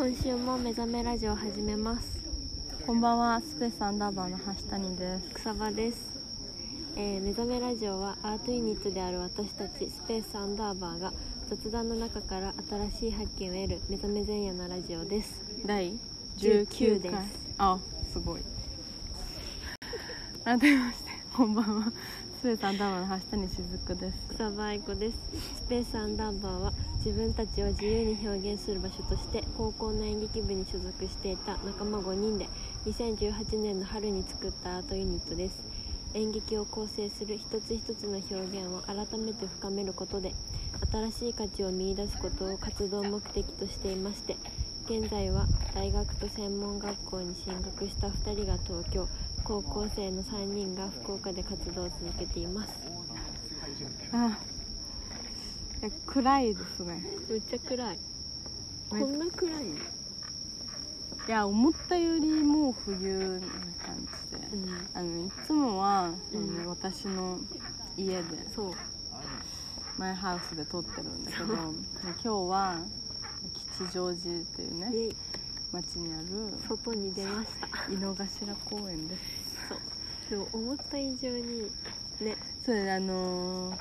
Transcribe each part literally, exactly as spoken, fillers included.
今週も目覚めラジオを始めます。 こんばんは、スペースアンダーバーの橋谷です。 草場です。えー、目覚めラジオはアートユニットである私たちスペースアンダーバーが雑談の中から新しい発見を得る目覚め前夜のラジオです。 だいじゅうきゅうかい。あ、すごい。改めましてこんばんは、スペースアンダーバーの橋谷しずくです。 草場愛子です。スペースアンダーバーは自分たちを自由に表現する場所として高校の演劇部に所属していた仲間ごにんでにせんじゅうはちねんの春に作ったアートユニットです。演劇を構成する一つ一つの表現を改めて深めることで新しい価値を見出すことを活動目的としていまして、現在は大学と専門学校に進学したふたりが東京、高校生のさんにんが福岡で活動を続けています。 あ、いや暗いですね。 めっちゃ暗い。こんな暗い？いや、思ったよりも冬な感じで、うん、あのいつもは、うん、私の家でそうマイハウスで撮ってるんだけど、今日は吉祥寺っていうね町にある外に出ました。 井の頭公園です。 そうでも思った以上にね、 それであのー、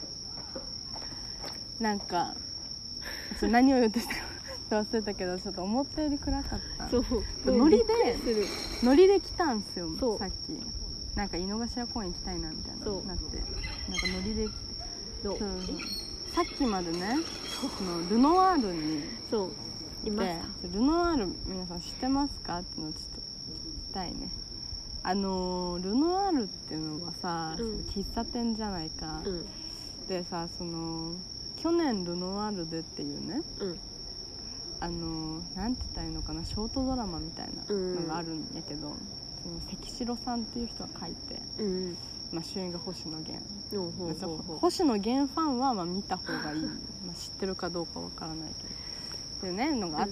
なんかちょ何を言おうとしたか忘れたけど、ちょっと思ったより暗かった。そうノリでノリで来たんすよ。さっきなんか井の頭公園行きたいなみたいななって、なんかノリで来て、そうそうさっきまでね、そのルノワールにそういました。 ルノワール皆さん知ってますかっていうのをちょっと聞きたいね。あのー、ルノワールっていうのはさ、うん、喫茶店じゃないか、うん、でさ、その去年ルノワールでっていうね、うん、あのー、なんて言ったらいいのかな、ショートドラマみたいなのがあるんやけど、うん、その関城さんっていう人が書いて、うん、まあ、主演が星野源、うん、星野源ファンはまあ見た方がいい、まあ、知ってるかどうかわからないけどっていうねのがあって、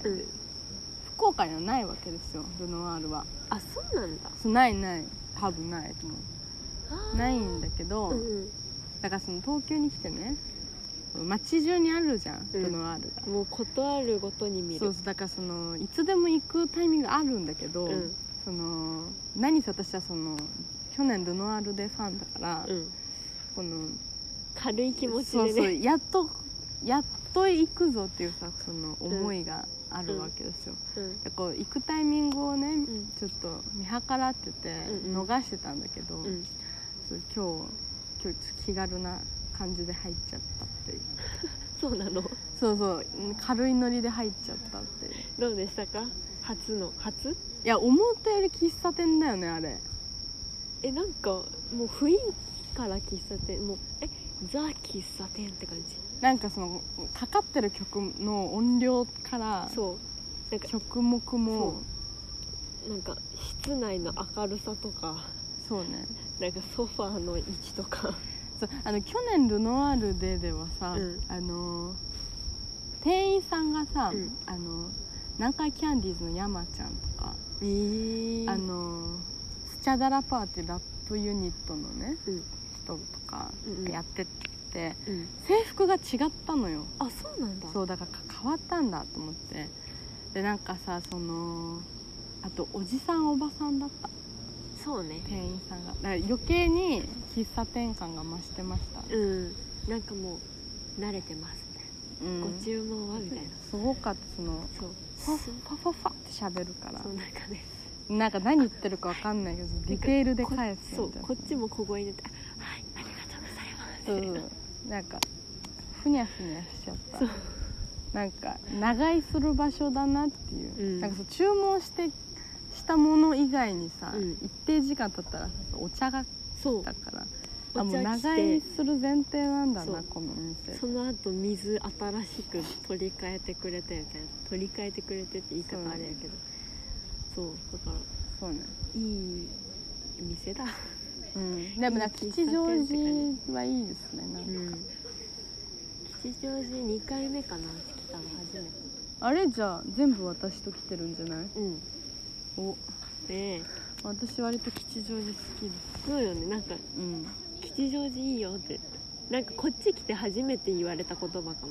うんうん、福岡にはないわけですよ、ルノワールは。 あ、そうなんだ。 ないない多分ないと思う。ないんだけど、うんうん、だからその東京に来てね、街中にあるじゃん、ルノワールが、うん、もうことあるごとに見る。 そうそう、だからそのいつでも行くタイミングあるんだけど、うん、その何せ私はその去年ルノワールでファンだから、うん、この軽い気持ちでね、 そうそうやっとやっと行くぞっていうさ、その思いがあるわけですよ、うん、でこう行くタイミングをね、うん、ちょっと見計らってて逃してたんだけど、うん、そう今日今日気軽な感じで入っちゃったっていうそうなの。 そうそう、軽いノリで入っちゃったっていう。 どうでしたか？初の初？ いや、思ったより喫茶店だよね、あれ。 え、なんかもう雰囲気から喫茶店、もうえザ喫茶店って感じ。 なんかそのかかってる曲の音量から、そうなんか曲目もなんか室内の明るさとか、そうね、なんかソファーの位置とかそう、あの去年ルノワールでではさ、うん、あの店員さんがさ、うん、あの南海キャンディーズの山ちゃんとか、えー、あのスチャダラパーってラップユニットのね、うん、人とかやってて、うん、制服が違ったのよ。 あ、そうなんだ。 そうだから変わったんだと思って、でなんかさ、そのあとおじさんおばさんだった。 そうね、 店員さんがだから余計に喫茶店感が増してました。 うん、なんかもう慣れてますね、うん、ご注文はみたいな。 すごかった。そのそうファファファファって喋るから、 そうなんかね、 なんか何言ってるか分かんないけどディテールで返すみたいな。 そう、こっちも小声で、はいありがとうございます、 うん、なんかふにゃふにゃしちゃった。そう、なんか長居する場所だなっていう、うん、なんかそう注文してしたもの以外にさ、うん、一定時間経ったらお茶が来たから、あ、もう長居する前提なんだなこの店。 その後水新しく取り替えてくれてみたいな、取り替えてくれてって言い方あれやけど、そうだからそうね、いい店だ。 うん、でもなんか吉祥寺はいいですね。なんか、うん、 吉祥寺にかいめかな、来たの初めて。 あれじゃあ全部私と来てるんじゃない？うん。お、 ねえ、 私割と吉祥寺好きです。 そうよね、なんか、うん、吉祥寺いいよってなんかこっち来て初めて言われた言葉かも。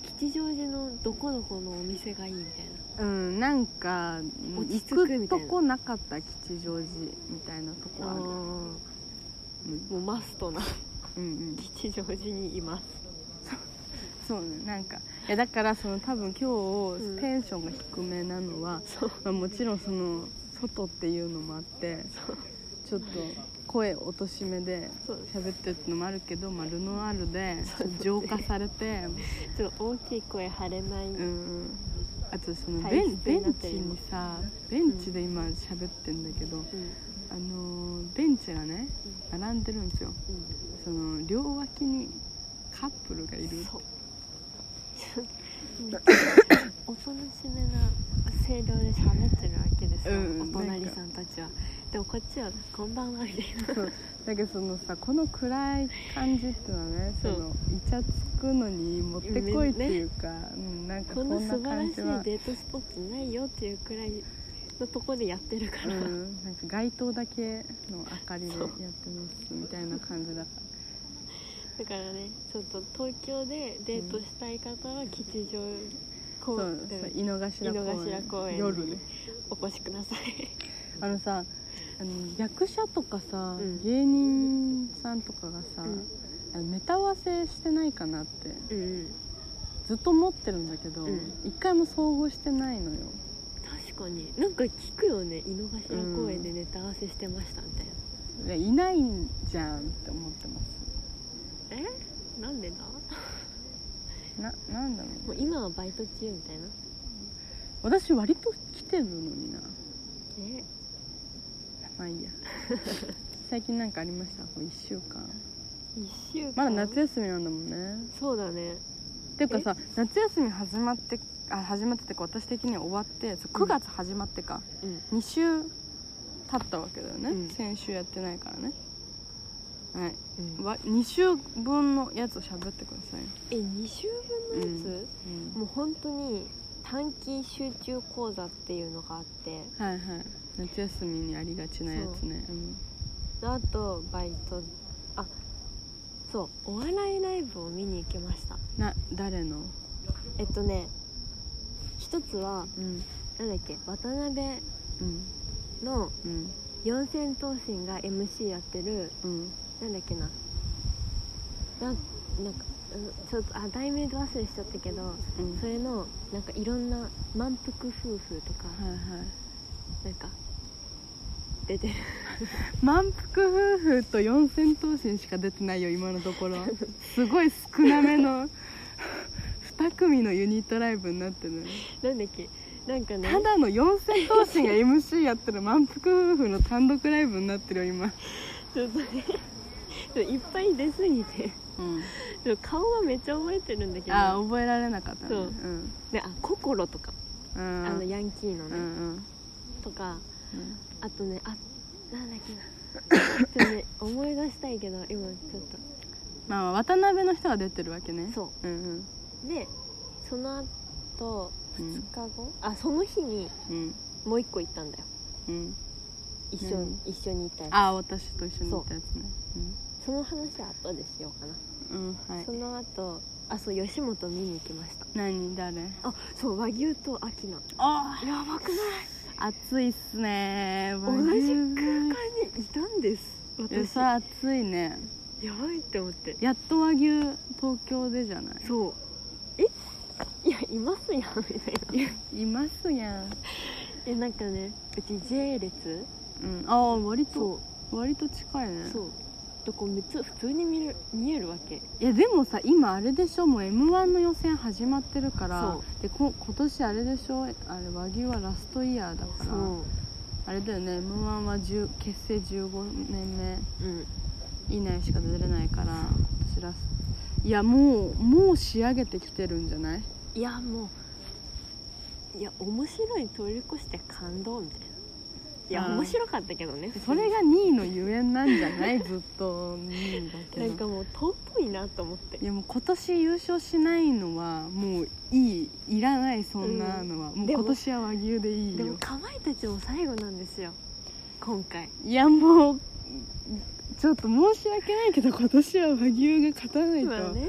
吉祥寺のどこどこのお店がいいみたいな。 うんなんか落ち着くみたいな行くとこなかった吉祥寺みたいなとこある。 あもうマストなうんうん吉祥寺にいます。 そうねなんかいやだからその多分今うん日テンションが低めなのは、 そうまあ、もちろんその外っていうのもあってそうちょっと声落としめでそう喋ってるってのもあるけど、まあ、ルノアールでそうそう浄化されてちょっと大きい声張れない、 うんうんあとその体ベン質ベンチになってるにさベンチで今喋ってんだけど、 うんあのーベンチがね並んでるんですよ。その両脇にカップルがいる。 そうおとなしめな声量で喋ってるわけですよ、 うんお隣さんたちは。でもこっちはこんばんはみたいな。 そうだけどそのさこの暗い感じっていうのはねそそうのイチャつくのにもってこいっていうか、うん、なんかここんなんな素晴らしい感じは、 デートスポットないよっていうくらいのとこでやってるかうら、 ん、なんか街灯だけの明かりでやってますみたいな感じだかだからねちょっと東京でデートしたい方は吉祥公ら、そうそう井の頭井の頭公園に夜ねお越しください。 あのさあの役者とかさ、 うん芸人さんとかがさ、 うんあのネタ合わせしてないかなってうんずっと思ってるんだけど、 うん一回も遭遇してないのよ。 確かになんか聞くよね、井の頭公園でネタ合わせしてましたみたいな。 いやいないんじゃんって思ってます。 えなんでだ。 な、なんだろう。 もう今はバイト中みたいな。 私割と来てるのにな。 えまあいいや。最近なんかありました？こういっしゅうかん。 一週間まだ夏休みなんだもんね。 そうだね。 っていうかさ、夏休み始まってあ始まっててか私的には終わってそうくがつ始まってか、 うんに週経ったわけだよね、 うん先週やってないからね。はい、 うん、 わに週分のやつを喋ってください。 えに週分のやつ、 うん、 もう本当に短期集中講座っていうのがあって、 はいはい、夏休みにありがちなやつね。うん、 あとバイト、あそうお笑いライブを見に行きました。 な誰の？ えっとね一つはうんなんだっけ、渡辺うんのうん四千頭身が エムシー やってる、 うんなんだっけな、ななんかうんちょっとあ題名で忘れしちゃったけど、 うんそれのなんかいろんな満腹夫婦とか、 はいはい。 なんか出てる満腹夫婦と四千頭身しか出てないよ今のところ。すごい少なめのに組のユニットライブになってる。 なんだっけ、なんかねただの四千頭身が エムシー やってる満腹夫婦の単独ライブになってるよ今。 ちょっとねいっぱい出すぎてうん、 顔はめっちゃ覚えてるんだけど、 あ覚えられなかったね。 そうんであ心とか、 うん、 あのヤンキーのね、 うんうんとか、 うんあとね、あなんだっけなちょっとね思い出したいけど今ちょっまあ渡辺の人が出てるわけね。 とそうんうんうでその後うんふつかご、あその日にうんもう一個行ったんだよ、 うん一緒に、 うん一緒に行ったやつ。 あ私と一緒に行ったやつね。 その話は後でしようかな、 うん、うん、はいそ。の後あそう吉本見に行きました。 何誰？ あそう和牛とアキナあやばくない？ 暑いっすね。 同じ空間にいたんです私。 さ暑いね。 やばいって思って。 やっと和牛東京でじゃない？ そうえいやいますやんみたいな。 いますやん。 えなんかねうち J 列、 うん、ああ割とそう割と近いね。 そうだからめっちゃ普通に見る見えるわけ。 いやでもさ今あれでしょ、もう エムワン の予選始まってるからそでこ今年あれでしょ、あれ和牛はラストイヤーだからそうあれだよね。 エムワン はじゅう結成じゅうごねんめうん以内しか出れないから今年ラスト。いやもうもう仕上げてきてるんじゃない？ いやもういや面白い通り越して感動みたいな。いやあー面白かったけどね。 それがにいのゆえんなんじゃないずっとにいだけど。 なんかもう尊いなと思って。 いやもう今年優勝しないのはもういい、いらないそんなのは、 うんもう今年は和牛でいいでもよ。 かまいたちも最後なんですよ今回。 いやもうちょっと申し訳ないけど今年は和牛が勝たないと、 まあね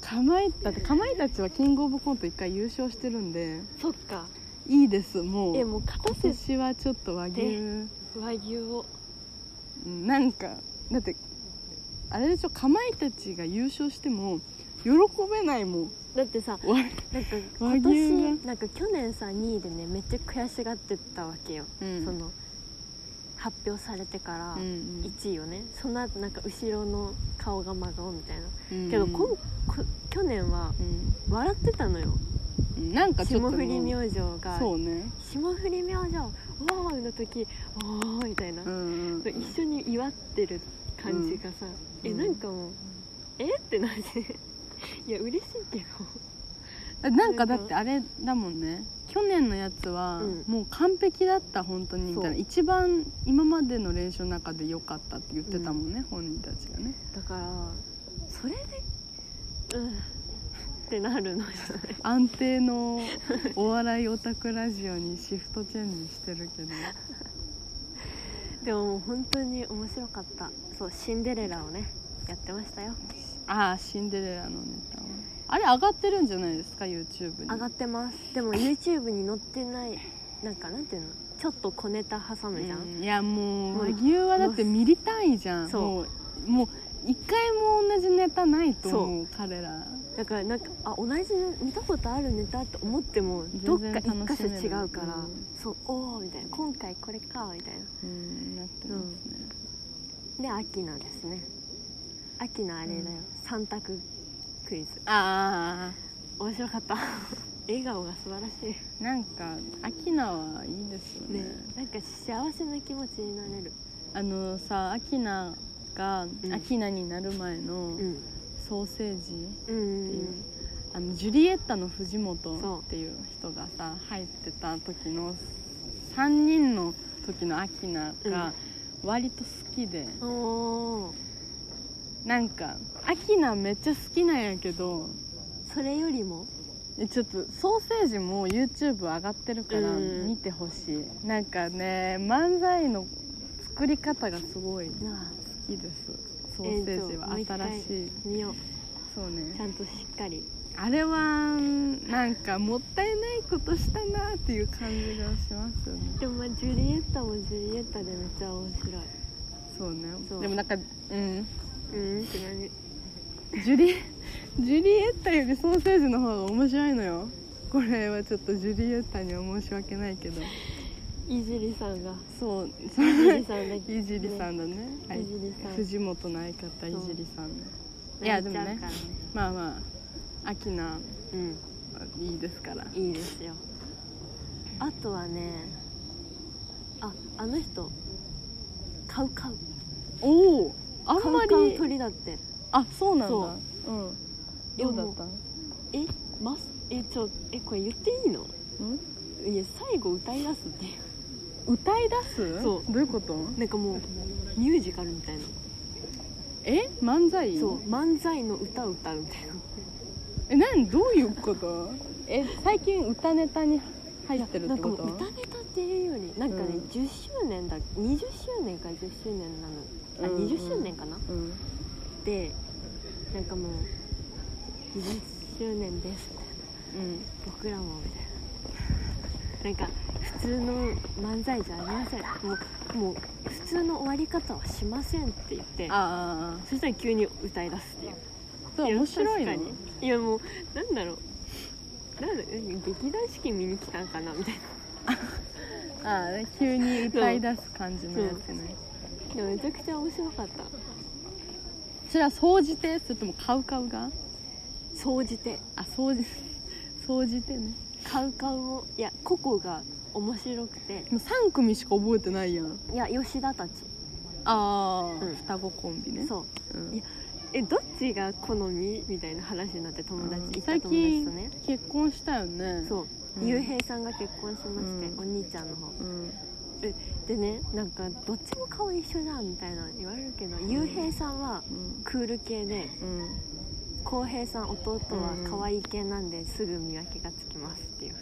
かまいだってかまいたちはキングオブコントいっかい優勝してるんで、 そっか、 いいです。もうえもう勝たせ今年はちょっと和牛和牛をなんかだってあれでしょ、かまいたちが優勝しても喜べないもん。 だってさ、 わなんか和今牛が年なんか去年さにいでねめっちゃ悔しがってたわけよ、 うんその発表されてからうんうんいちいをね、その後なんか後ろの顔が真顔みたいな、 うんけどこんこ去年は笑ってたのよ、 うんなんかちょっと霜降り明星がそうね、 霜降り明星おーの時おーみたいな、 うんうん、 一緒に祝ってる感じがさ、 うんえなんかもうえってなっていや嬉しいけどなんかだってあれだもんね、去年のやつはうんもう完璧だった本当にみたいな、 そう一番今までの練習の中で良かったって言ってたもんね、本人たちがね。 だからそれでうんってなるのじゃない安定のお笑いオタクラジオにシフトチェンジしてるけどでももう本当に面白かった。そうシンデレラをねやってましたよ。 ああシンデレラのネタをあれ上がってるんじゃないですか YouTube に。 上がってます。でも YouTube に載ってないなんかなんていうのちょっと小ネタ挟むじゃん、 うんいやもうもう和牛はだってミリ単位じゃん。 そうもうもう一回も同じネタないと思う彼ら。 だからなんかあ同じ見たことあるネタって思ってもどっか一箇所違うから、 うんそうおおみたいな今回これかみたいな。 うんなってますね、 でアキナですね。アキナあれだよ、 うん三択クイズあ面白かった笑顔が素晴らしあなんかアキナはいいですよいね。 ね。なんか幸せな気持ちになれる。 あのさアキナが、 うんアキナになる前のうんソーセージ、 うんうんうんあのジュリエッタの藤本っていう人がさ入ってた時のさんにんの時のアキナが割と好きで、 おーなんかアキナめっちゃ好きなんやけど、 それよりもえちょっとソーセージも YouTube 上がってるからうん見てほしい。なんかね漫才の作り方がすごい好なあきです。ソーセージはえーと新しい。 見ようそうねちゃんとしっかり。 あれはなんかもったいないことしたなっていう感じがしますよね。 でもまあジュリエッタもジュリエッタでめっちゃ面白い。 そうねそうでもなんかうんうんって何ジュリジュリエッタよりソーセージの方が面白いのよ。これはちょっとジュリエッタには申し訳ないけどいじりさんがそういじりさんだいじりさんだね、はいいじりさん藤本の相方いじりさんね。い泣やでもねいちゃうからね。 まあまあアキナうんいいですから。 いいですよ。あとはねああの人カウカウおおあんまりカウカウ鳥だって。 あそうなんだ。 そううんいやどうだったの？ えますえちょえこれ言っていいの？ んいや最後歌い出すっていう歌い出す？ そうどういうこと？ なんかもうミュージカルみたいな。 え漫才？ そう漫才の歌を歌うみたいな。 え何どういうこと？え最近歌ネタに入ってるってこと？ なんかもう歌ネタっていうよりなんかね、 うんじゅっしゅうねんだにじゅっしゅうねんかじゅっしゅうねんなのあ、 うんうんにじゅっしゅうねんかなうんでなんかもうにじゅっしゅうねんですみたいなうん僕らもみたいななんか普通の漫才じゃありませんもうもう普通の終わり方はしませんって言ってああそしたら急に歌い出すっていうそう面白いの？ や確かにいやもうなんだろうなんだ劇団四季見に来たんかなみたいなああね急に歌い出す感じのやつね。 でもめちゃくちゃ面白かった。 それは総じてそれともカウカウが？ 総じてあ総じ総じてね。 カウカウもいやココが面白くてもうさん組しか覚えてないやん。 いや吉田たちああ、 うん双子コンビね。 そううんいやえどっちが好みみたいな話になって友達うん行った最友達と近ね結婚したよね。 そううんゆうへいさんが結婚しまして、 うんお兄ちゃんの方うんでねなんかどっちも顔一緒じゃんみたいな言われるけどゆうへいさんはうんクール系でうんこうへいさん弟は可愛い系なんですぐ見分けがつきますっていう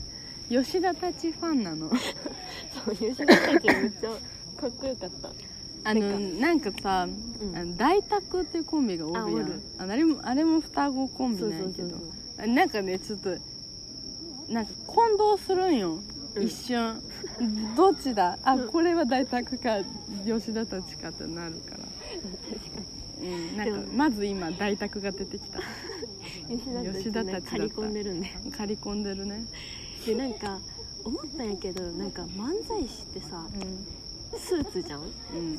何吉田たちファンなの？ そう吉田たちめっちゃかっこよかったあのなんかさ、うん、あの大宅っていうコンビがおるやん。 あ, あ, れもあれも双子コンビなんやけど、そうそうそうそう、なんかねちょっとなんか混同するんよ、うん、一瞬どっちだ、あ、うん、これは大宅か吉田たちかってなるから確かに、うん、なんかまず今大宅が出てきた吉田たちだった。 刈り込んでるんで刈り込んでるね。 でなんか思ったんやけど、なんか漫才師ってさ、うん、スーツじゃん、うん、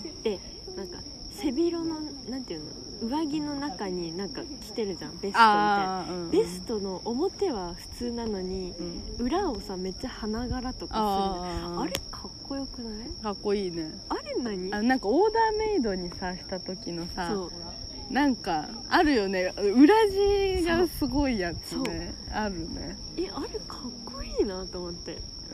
でなんか背広のなんていうの、上着の中になんか着てるじゃん、ベストみたいな、うんうん、ベストの表は普通なのに、うん、裏をさめっちゃ花柄とかする、あ, あれかっこよくない？ かっこいいね。 あれ何？ あ、なんかオーダーメイドにさした時のさ、なんかあるよね、裏地がすごいやつね、あるね。 え、あれかっこいいなと思って、うん、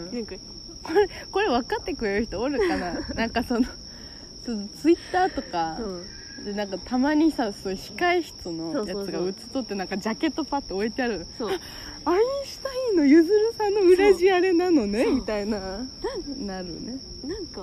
なんかこれこれ分かってくれる人おるかななんかそのツイッターとか、うん、でなんかたまにさ、そういう控室のやつが映っとって、なんかジャケットパッて置いてある、そうアインシュタインのゆずるさんの裏地あれなのねみたいななるね。 なんか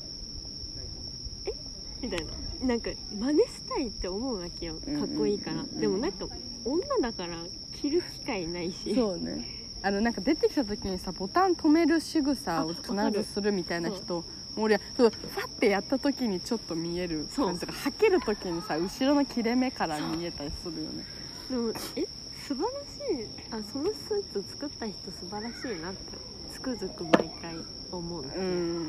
えみたいな、なんか真似したいって思うわけよ、かっこいいから、うんうんうんうん、でもなんか女だから着る機会ないし。そうね、 あのなんか出てきた時にさ、ボタン止める仕草を必ずするみたいな人、俺はそうファッてやった時にちょっと見える感じとか、はける時にさ後ろの切れ目から見えたりするよね。 でもえ素晴らしい、あ、そのスーツ作った人素晴らしいなってつくづく毎回思う。うんうん、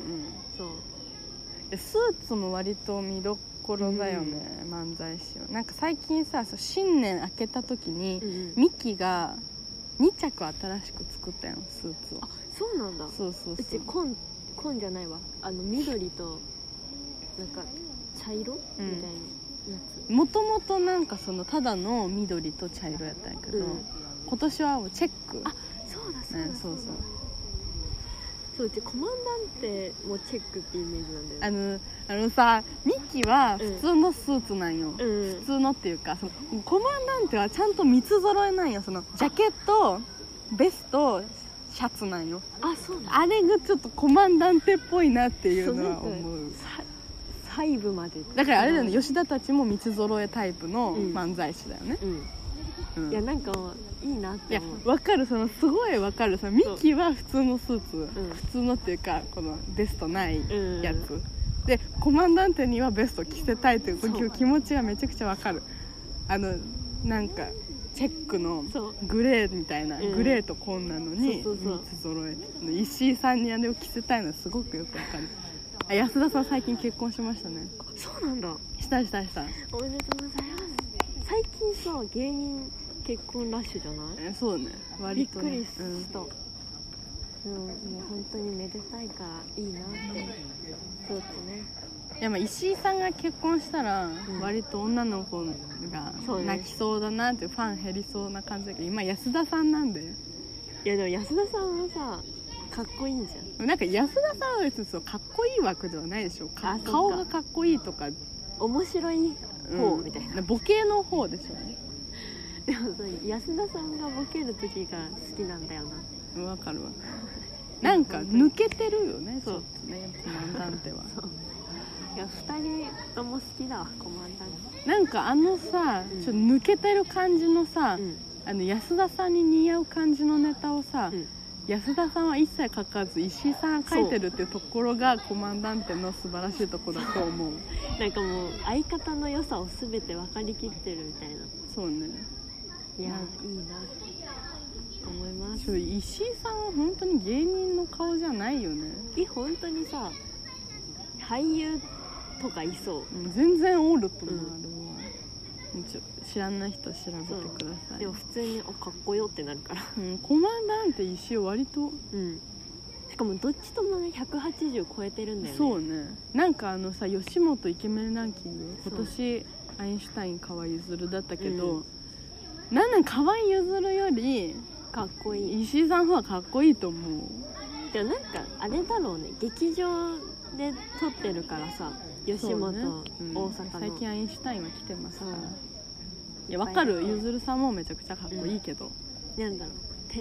そうスーツも割と見どころだよね、うん、漫才師は。なんか最近さ、そう新年明けた時に、うんうん、ミキがに着新しく作ったよスーツを。 あ、そうなんだ。 そうそうそう、 うち紺紺じゃないわ、あの緑となんか茶色、うん、みたいなやつ。 もともとなんかそのただの緑と茶色やったんやけど、うん、今年はチェック。 あ、そうだそうだ、ね、 そうそうそう、うちコマンダンテもチェックってイメージなんだよね。 あのあのさ、ミキは普通のスーツなんよ、うん、普通のっていうか、そのコマンダンテはちゃんと三つ揃えなんよ。そのジャケット、ベスト、シャツなんよ。 あ、そうだ。 あれがちょっとコマンダンテっぽいなっていうのは思う。 細部までだからあれだよね、吉田たちも三つ揃えタイプの漫才師だよね、うんうんうん、いやなんかいいなって思う。 いやわかる、そのすごいわかる。さ、ミキは普通のスーツ、うん、普通のっていうかこのベストないやつ、うん、でコマンダンテにはベスト着せたいという気持ちがめちゃくちゃわかる。あのなんかチェックのグレーみたいな、グレーと紺なのにみっつ揃えて、石井さんにあれを着せたいのはすごくよくわかる。あ、安田さん最近結婚しましたね。 そうなんだ。 したしたした。 おめでとうございます。最近さ、芸人結婚ラッシュじゃない？ え、そうね、割とね、 びっくりした、うん、でももう本当にめでたいからいいなってちょっとね。 いや、まあ石井さんが結婚したら割と女の子が泣きそうだなって、ファン減りそうな感じだけど、今安田さんなんで。 いやでも安田さんはさかっこいいんじゃん。 なんか安田さんは別にそうかっこいい枠ではないでしょ。か顔がかっこいいとか面白い方みたいな、 うん、ボケの方でしょうね。 でも安田さんがボケる時が好きなんだよな。 わかるわ。なんか抜けてるよね、そうね、コマンダンテは。 いやふたりとも好きだわ、コマンダンテ。 なんかあのさ、うん、ちょっと抜けてる感じのさ、うん、あの安田さんに似合う感じのネタをさ、うん、安田さんは一切書かず石井さんが書いてるっていうところがコマンダンテの素晴らしいところだと思う。 なんかもう相方の良さを全て分かりきってるみたいな。 そうね。 いや、いいなと思います。 石井さんは本当に芸人の顔じゃないよね。 え、本当にさ、俳優とかいそう。 全然おると思う、うん、あれは。ちょ知らない人調べてください。 でも普通にあかっこよってなるから、 うん、コマンダンテ石井割と、 うん、しかもどっちともねひゃくはちじゅう超えてるんだよね。 そうね。なんかあのさ、吉本イケメンランキング今年アインシュタイン河合ゆずるだったけど、うん、なんなん河合ゆずるよりかっこいい石井さんの方がかっこいいと思う。 でもなんかあれだろうね、劇場で撮ってるからさ、吉本、ね、うん、大阪の最近アインシュタインは来てますから。いやわかる、ゆずるさんもめちゃくちゃかっこいいけど、 うん、なんだろう、て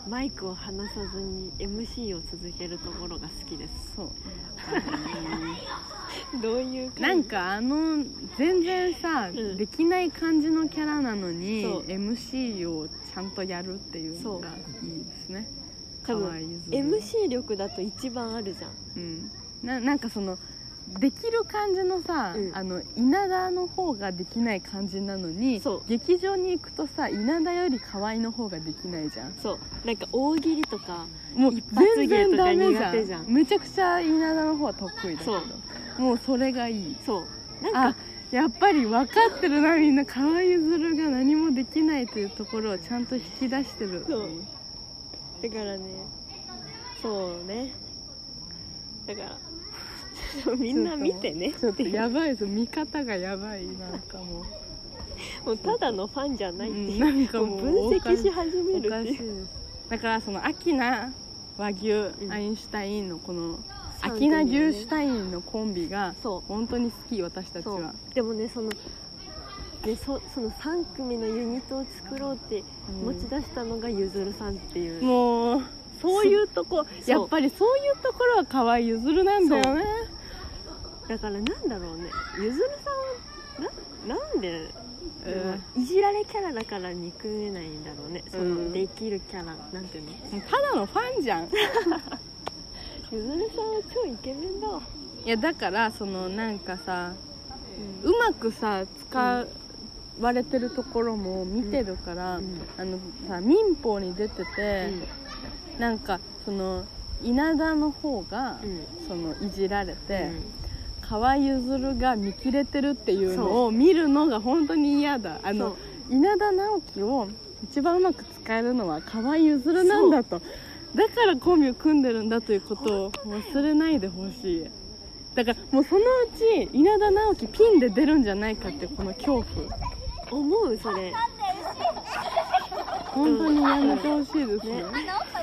マイクを離さずに エムシー を続けるところが好きです。 そうどういう感じ？ なんかあの全然さ、うん、できない感じのキャラなのに エムシー をちゃんとやるっていうのがいいですね。 多分 エムシー 力だと一番あるじゃん。 うん、な, なんかそのできる感じのさ、うん、あの稲田の方ができない感じなのに、劇場に行くとさ稲田より河合の方ができないじゃん。そうなんか大喜利とかもう全然ダメじゃん。じゃんめちゃくちゃ稲田の方は得意だけど、もうそれがいい。そうなんかやっぱり分かってるな、みんな河合ゆずるが何もできないというところをちゃんと引き出してる。そうだからね、そうね、だからみんな見てね。ちょっとやばいぞ、見方がやばい。なんかもうもうただのファンじゃないっていう、うん、なんかもう分析し始めるっていう。だからそのアキナ和牛、うん、アインシュタインのこのアキナ・ギューシュタインのコンビが本当に好き、私たちは。 でもね、そので そ, そのさん組のユニットを作ろうって持ち出したのがゆずるさんっていう、 うん、もうそういうとこ、やっぱりそういうところは河合ゆずるなんだよね。 だからなんだろうね、ゆずるさんは な, なんで、うん、いじられキャラだから憎めないんだろうね、そのできるキャラ、うん、なんていうの、 ただのファンじゃんゆずるさんは超イケメンだわ。 いやだからそのなんかさ、うん、うまくさ使われてるところも見てるから、うん、あのさ民放に出てて、うん、なんかその稲田の方が、うん、そのいじられて、うん、河合ゆずるが見切れてるっていうのを見るのが本当に嫌だ。あの稲田直樹を一番うまく使えるのは河合ゆずるなんだと、だからコンビを組んでるんだということを忘れないでほしい。だからもうそのうち稲田直樹ピンで出るんじゃないかってこの恐怖思う。それ本当にやめてほしいですね、ね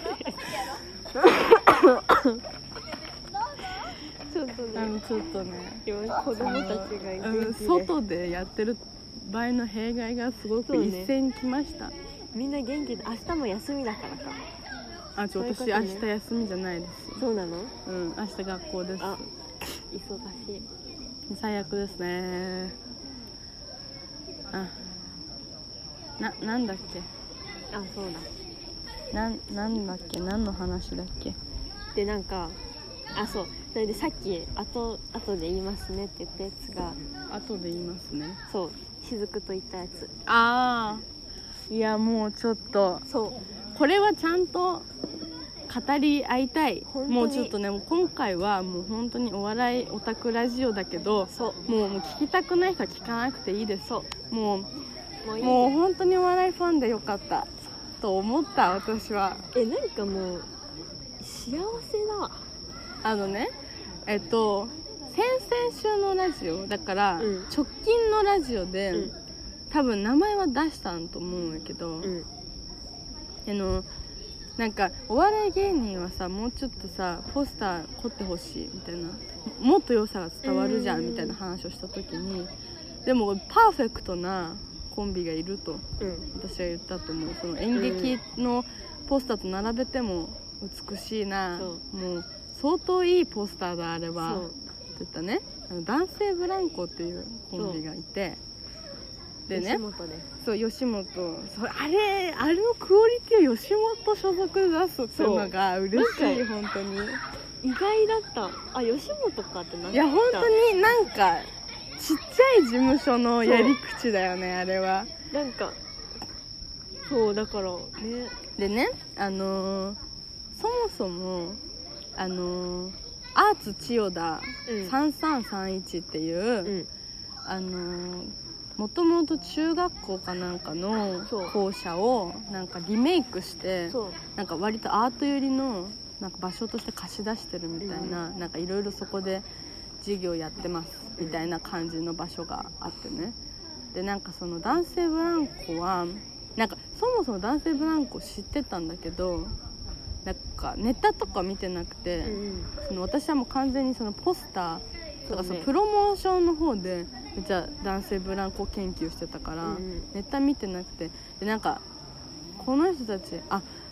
ちょっとね、 ちょっとね、 今子供たちが元気で外でやってる場合の弊害がすごく一斉に来ました、ね、 みんな元気で、明日も休みだからか。 あ、ちょ、私、ね、明日休みじゃないです。 そうなの？ うん、明日学校です。 あ、忙しい。 最悪ですね。あ、な、なんだっけ。 あ、そうだ。なん、なんだっけ、何の話だっけ。 で、なんか、あ、そう、それでさっき、あと、あとで言いますねって言ったやつが。 後で言いますね。 そう、雫と言ったやつ。 ああ。いや、もうちょっと。そう。これはちゃんと語り合いたい。もうちょっとね、もう今回はもう本当にお笑いオタクラジオだけど、そうもうもう聞きたくない人は聞かなくていいです。そうもうもういい、もう本当にお笑いファンでよかったと思った。私はえ、なんかもう幸せだ。 あのね、えっと先々週のラジオだから、うん、直近のラジオで、うん、多分名前は出したんと思うんだけど、うん、あのなんかお笑い芸人はさ、もうちょっとさポスター凝ってほしいみたいな、もっと良さが伝わるじゃんみたいな話をした時に、でもパーフェクトなコンビがいると、うん、私は言ったと思う。その演劇のポスターと並べても美しいな、うん、もう相当いいポスターであればって言ったね。あの男性ブランコっていうコンビがいて、でね、吉本で、そう吉本、そうあれあれのクオリティを吉本所属で出すっていうのが嬉しい。本当に意外だった。あ、吉本かってなった。 いや本当になんかちっちゃい事務所のやり口だよね、あれは。 なんかそうだからね。 でね、あのー、そもそもあのー、アーツ千代田さんさんさんいちっていう、うん、あのーもともと中学校かなんかの校舎をなんかリメイクして、なんか割とアート寄りのなんか場所として貸し出してるみたいな、うん、なんかいろいろそこで授業やってますみたいな感じの場所があってね。でなんかその男性ブランコはなんかそもそも男性ブランコ知ってたんだけど、なんかネタとか見てなくて、うん、その私はもう完全にそのポスターとかそのプロモーションの方でめっちゃ男性ブランコ研究してたから、うん、ネタ見てなくて、でなんかこの人たち、あ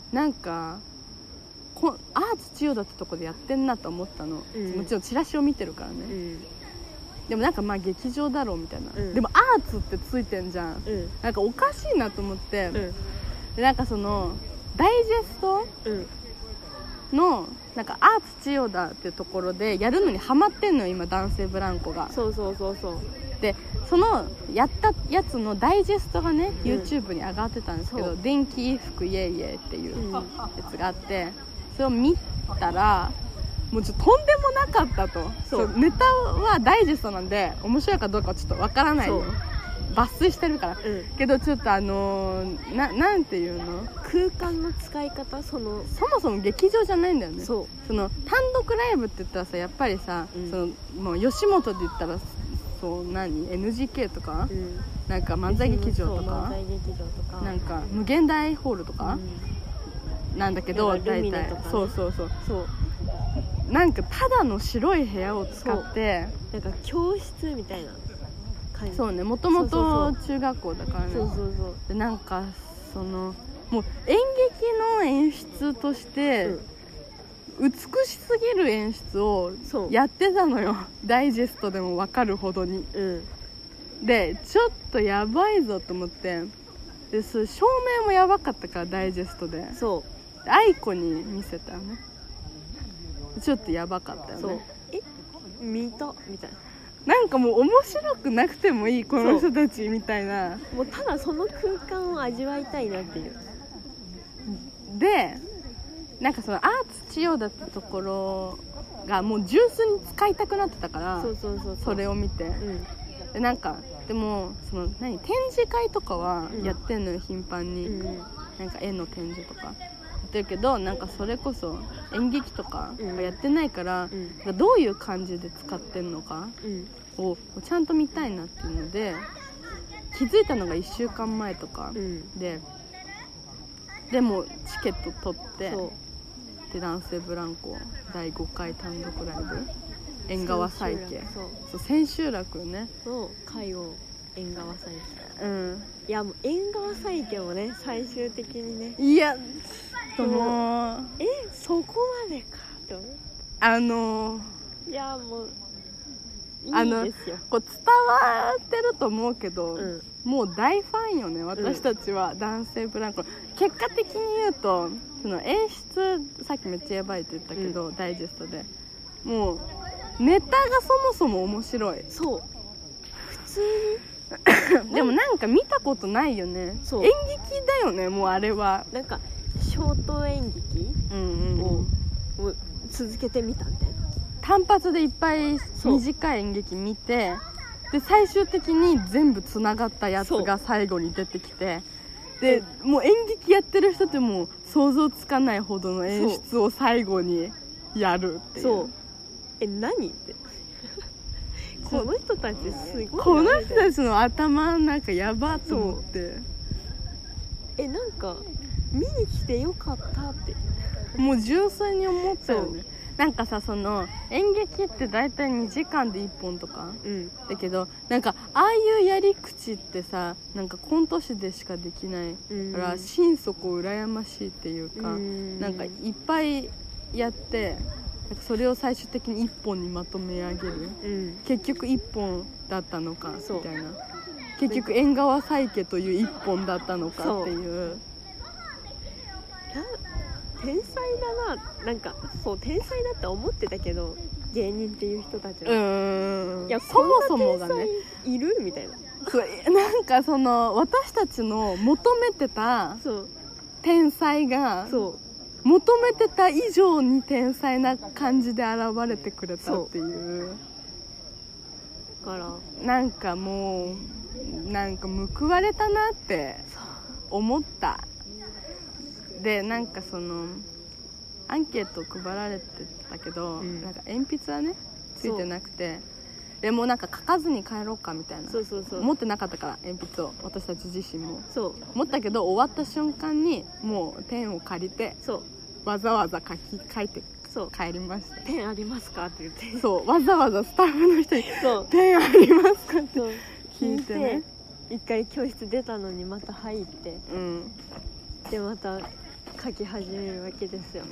なんかこアーツ千代田ってとこでやってんなと思ったの、うん、もちろんチラシを見てるからね、うん、でもなんかまあ劇場だろうみたいな、うん、でもアーツってついてんじゃん、うん、なんかおかしいなと思って、うん、でなんかそのダイジェストのなんかアーツ千代田ってところでやるのにハマってんのよ今、男性ブランコが。 そうそうそうそう。 でそのやったやつのダイジェストがね、うん、YouTube に上がってたんですけど、電気衣服イエイエイっていうやつがあって、それを見たらもうちょっととんでもなかったと。そうネタはダイジェストなんで面白いかどうかはちょっとわからないよ、抜粋してるから、うん、けどちょっとあのー、な, なんていうの空間の使い方、そのそもそも劇場じゃないんだよね。 そうその単独ライブって言ったらさ、やっぱりさ、うん、そのもう吉本で言ったらそう何 エヌジーケー とか、うん、なんか漫才劇場とか、 漫才劇場とかなんか無限大ホールとか、うん、なんだけど大体、ね、そうそうそうそうなんかただの白い部屋を使ってなんか教室みたいな。 そうね、もともと中学校だからね。 そうそうそうでなんかそのもう演劇の演出として、うん、美しすぎる演出をやってたのよ、ダイジェストでも分かるほどに、うん、でちょっとやばいぞと思って、でそ照明もやばかったからダイジェストで、そう愛子に見せたよね。ちょっとやばかったよね。そうえ見たみたいな、 なんかもう面白くなくてもいいこの人たちみたいな、 もうただその空間を味わいたいなっていう。 でなんかそのアーツ千代田ってところがもう純粋に使いたくなってたから、そうそうそうそう、それを見て、うん、でなんかでもその何展示会とかはやってんのよ、うん、頻繁に、うん、なんか絵の展示とかやってるけど、なんかそれこそ演劇とかやってないから、うん、どういう感じで使ってんのかをちゃんと見たいなっていうので気づいたのがいっしゅうかんまえとか、うん、ででもチケット取ってで男性ブランコだいごかい単独ライブ縁側再建、そう千秋楽ねの会を縁側再建、うん、いやもう縁側再建をね最終的にね、 いやもうえそこまでかって思う。 あのいやもういいですよ、 こう伝わってると思うけど、うん、もう大ファンよね私たちは、うん、男性ブランコ。結果的に言うとその演出さっきめっちゃやばいって言ったけど、うん、ダイジェストでもうネタがそもそも面白い。 そう普通にでもなんか見たことないよね。そう演劇だよねもうあれは。 なんかショート演劇を、うんうん、続けてみたみたいな、 単発でいっぱい短い演劇見て、で最終的に全部つながったやつが最後に出てきて、でもう演劇やってる人ってもう想像つかないほどの演出を最後にやるっていう。そうえ何ってこの人たちすごいな、 この人たちの頭なんかやばと思って、 えなんか見に来てよかったってもう純粋に思ったよね。なんかさその演劇って大体にじかんでいっぽんとか、うん、だけどなんかああいうやり口ってさなんかコント師でしかできないから、うん、心底羨ましいっていうか、うん、なんかいっぱいやってそれを最終的にいっぽんにまとめ上げる、うん、結局いっぽんだったのかみたいな、結局縁側再建といういっぽんだったのかっていう。 天才だな、なんかそう天才だって思ってたけど芸人っていう人たちは、うーんいやそもそもがねいるみたいな、 そうなんかその私たちの求めてた天才がそう求めてた以上に天才な感じで現れてくれたっていう。 だからなんかもうなんか報われたなって思った。でなんかそのアンケート配られてたけど、うん、なんか鉛筆はねついてなくて、でもなんか書かずに帰ろうかみたいな、そうそうそう持ってなかったから鉛筆を私たち自身もそう持ったけど終わった瞬間にもうペンを借りてそうわざわざ書き書いてそう帰りました。 ペンありますかって言ってそうわざわざスタッフの人にペンありますかって聞いてね、 一回教室出たのにまた入って、うん、でまた書き始めるわけですよ、 うん、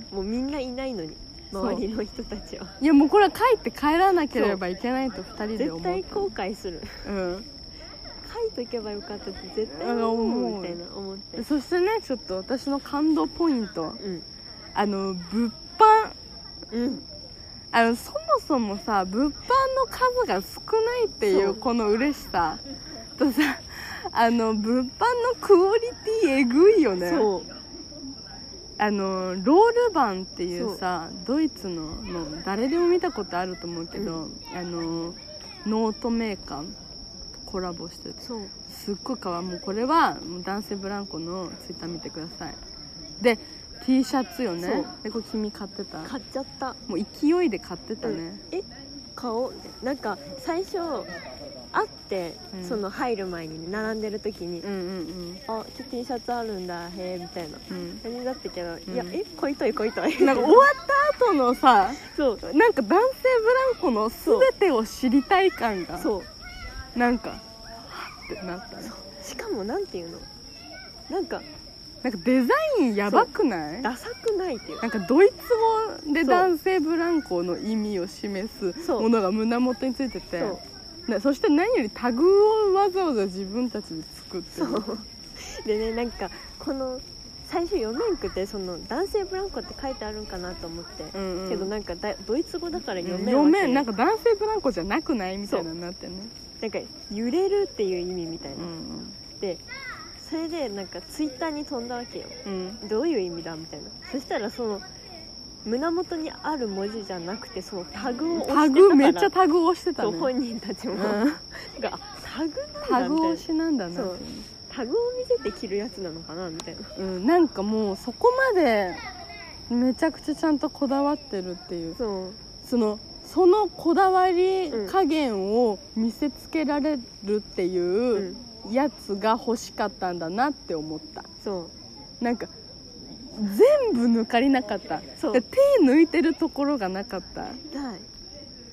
もうみんないないのに周りの人たちは。 いやもうこれは書いて帰らなければいけないとふたりで思った。 絶対後悔する、 うん、 書いとけばよかったって絶対思うみたいな思って。 そしてねちょっと私の感動ポイント、 うん、あの物販、 うん、 あのそもそもさ物販の数が少ないっていうこの嬉しさとさ、あの物販のクオリティえぐいよね。そう、あのロールバンっていうさドイツのの誰でも見たことあると思うけど、うん、あのノートメーカーコラボしててすっごいかわいい。もうこれはもう男性ブランコのツイッター見てください。で T シャツよね。でこれ君買ってた？ 買っちゃった。 もう勢いで買ってたね、うん、 え買おうなんか最初会って、うん、その入る前に、ね、並んでる時に、うんうんうん、あ、ちょ T シャツあるんだへえみたいな感じだったけど、うん、いやえ買いたい買いたいなんか終わった後のさそうなんか男性ブランコの全てを知りたい感がそうなんかはってなったね。 しかもなんていうのなんかなんかデザインやばくない？ ダサくないっていうなんかドイツ語で男性ブランコの意味を示すものが胸元についてて、そ, そして何よりタグをわざわざ自分たちで作ってる。そうでね、なんかこの最初読めんくてその男性ブランコって書いてあるんかなと思って、うんうん、けどなんかだドイツ語だから読めんわけ、読めんなんか男性ブランコじゃなくないみたいなになってね。 なんか揺れるっていう意味みたいな、うんうん、でそれでなんかツイッターに飛んだわけよ、うん、どういう意味だみたいな。そしたらその胸元にある文字じゃなくてそのタグを押してたから、タグめっちゃタグを押してたね。 本人たちも、うん、がタグなんだタグ押しなんだな。 そうタグを見せて着るやつなのかなみたいな、 うん、なんかもうそこまでめちゃくちゃちゃんとこだわってるっていう、そうそのそのこだわり加減を見せつけられるっていうやつが欲しかったんだなって思った。そうなんか全部抜かりなかった。そう手抜いてるところがなかった。ない。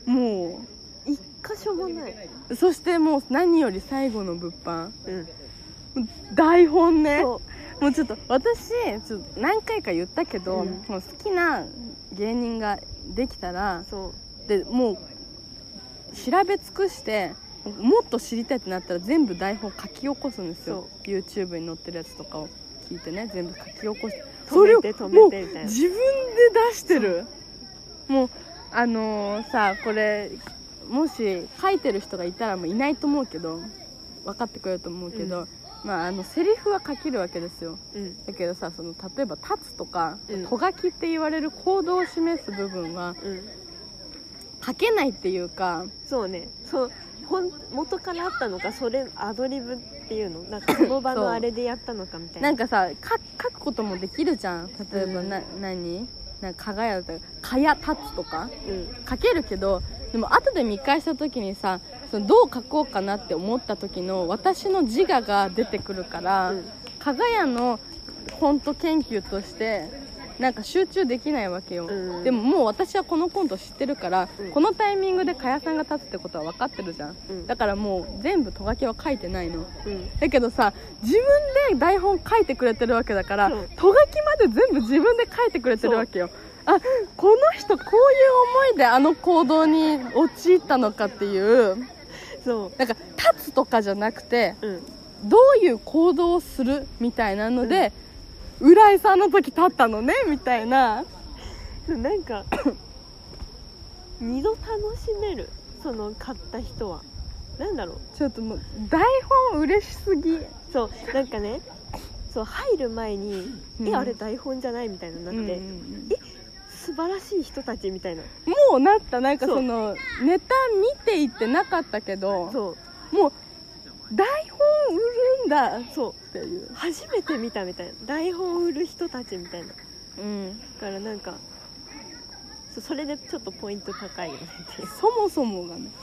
もう一箇所もない。 そしてもう何より最後の物販、うん、台本ね。もうちょっと私ちょっと何回か言ったけど、うん、もう好きな芸人ができたらそうでもう調べ尽くしてもっと知りたいってなったら全部台本書き起こすんですよ。 YouTube に載ってるやつとかを聞いてね全部書き起こしてそれをもう自分で出してる。もうあのー、さこれもし書いてる人がいたらもういないと思うけど分かってくれると思うけど、うん、まああのセリフは書けるわけですよ、うん、だけどさその例えば立つとか、うん、とがきって言われる行動を示す部分は、うん、書けないっていうかそうねそう元からあったのかそれアドリブっていうのなんかその場のあれでやったのかみたいななんかさ書くこともできるじゃん。例えばな、うん、何なんか輝いたかや立つとか、うん、書けるけどでも後で見返した時にさそのどう書こうかなって思った時の私の自我が出てくるから、うん、かがやのコント研究としてなんか集中できないわけよ、うん、でももう私はこのコント知ってるから、うん、このタイミングでかやさんが立つってことは分かってるじゃん、うん、だからもう全部とがきは書いてないの、うん、だけどさ自分で台本書いてくれてるわけだからとがきまで全部自分で書いてくれてるわけよ。あこの人こういう思いであの行動に陥ったのかっていうそうなんか立つとかじゃなくて、うん、どういう行動をするみたいなので、うん、浦井さんの時立ったのねみたいななんか二度楽しめるその買った人はなんだろうちょっともう台本嬉しすぎ。 そうなんかねそう入る前に、うん、えあれ台本じゃないみたいななって、うんうんうん、え素晴らしい人たちみたいなもうなったなんかそのネタ見ていってなかったけどそうもう台本売るんだそうっていう初めて見たみたいな台本売る人たちみたいな、うん、だからなんか そ, それでちょっとポイント高いよねっていうそもそもがね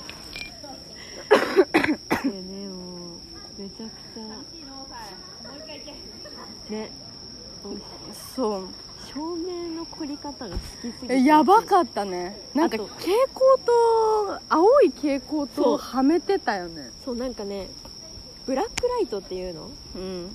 でねもうめちゃくちゃねそう照明の凝り方が好きすぎてやばかったね。なんか蛍光灯青い蛍光灯をはめてたよね。 そうなんかねブラックライトっていうの、うん、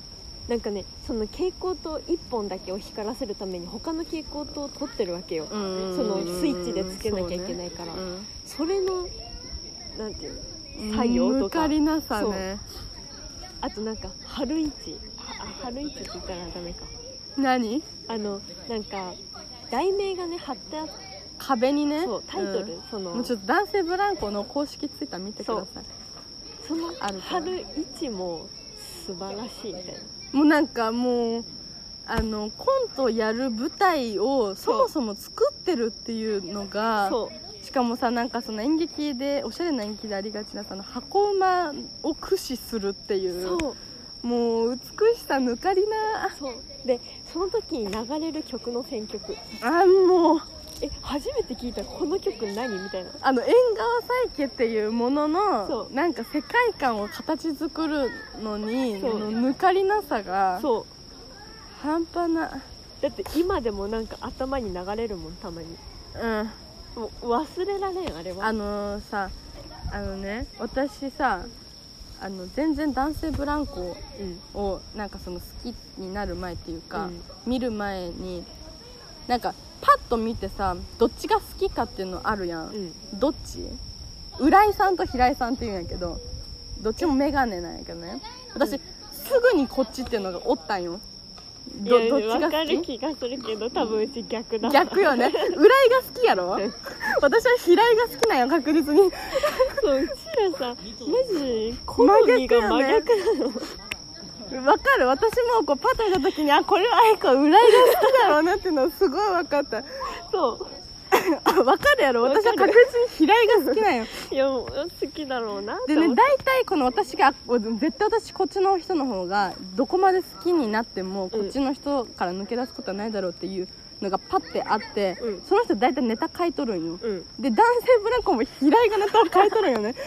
なんかねその蛍光灯いっぽんだけを光らせるために他の蛍光灯を取ってるわけよ、そのスイッチでつけなきゃいけないから、 そ,、ねうん、それのなんていうの作業とか、 抜かりなさね。 あとなんか春市あ春市って言ったらダメか。 何あのなんか題名がね貼ってあって壁にね、 そうタイトル、うん、そのもうちょっと男性ブランコの公式ツイッター見てください。 その春市も素晴らしいみたいな。 もうなんかもうあのコントやる舞台をそもそも作ってるっていうのが、しかもさなんかその演劇でおしゃれな演劇でありがちなさの箱馬を駆使するっていう、そうもう美しさ抜かりな。 そうでその時に流れる曲の選曲、 あもうえ初めて聞いたこの曲何みたいな。 あの縁側再起っていうもののなんか世界観を形作るのにその抜かりなさがそう半端な。 だって今でもなんか頭に流れるもんたまに。うんもう忘れられんあれは。 あのー、さあのね私さあの全然男性ブランコをなんかその好きになる前っていうか、うん、見る前になんかパッと見てさどっちが好きかっていうのあるやん、うん、どっち浦井さんと平井さんって言うんやけどどっちもメガネなんやけどね私、うん、すぐにこっちっていうのがおったんよ。 ど, どっちが好き？分かる気がするけど多分うち逆だ。 逆よね。浦井が好きやろ私は平井が好きなんよ確実に。 そううちらさマジ好みが真逆なの。 わかる。私もこうパッと見た時にあこれはあいこ浦井が好きだろうなっていうのすごい分かった。そう分かるやろ。私は確実に平井が好きなんよ。 いやもう好きだろうなでね大体この私が絶対私こっちの人の方がどこまで好きになってもこっちの人から抜け出すことはないだろうっていうのがパッてあって、うん、その人大体ネタ書いとるんよ、うん、で男性ブランコも平井がネタを書いとるんよね。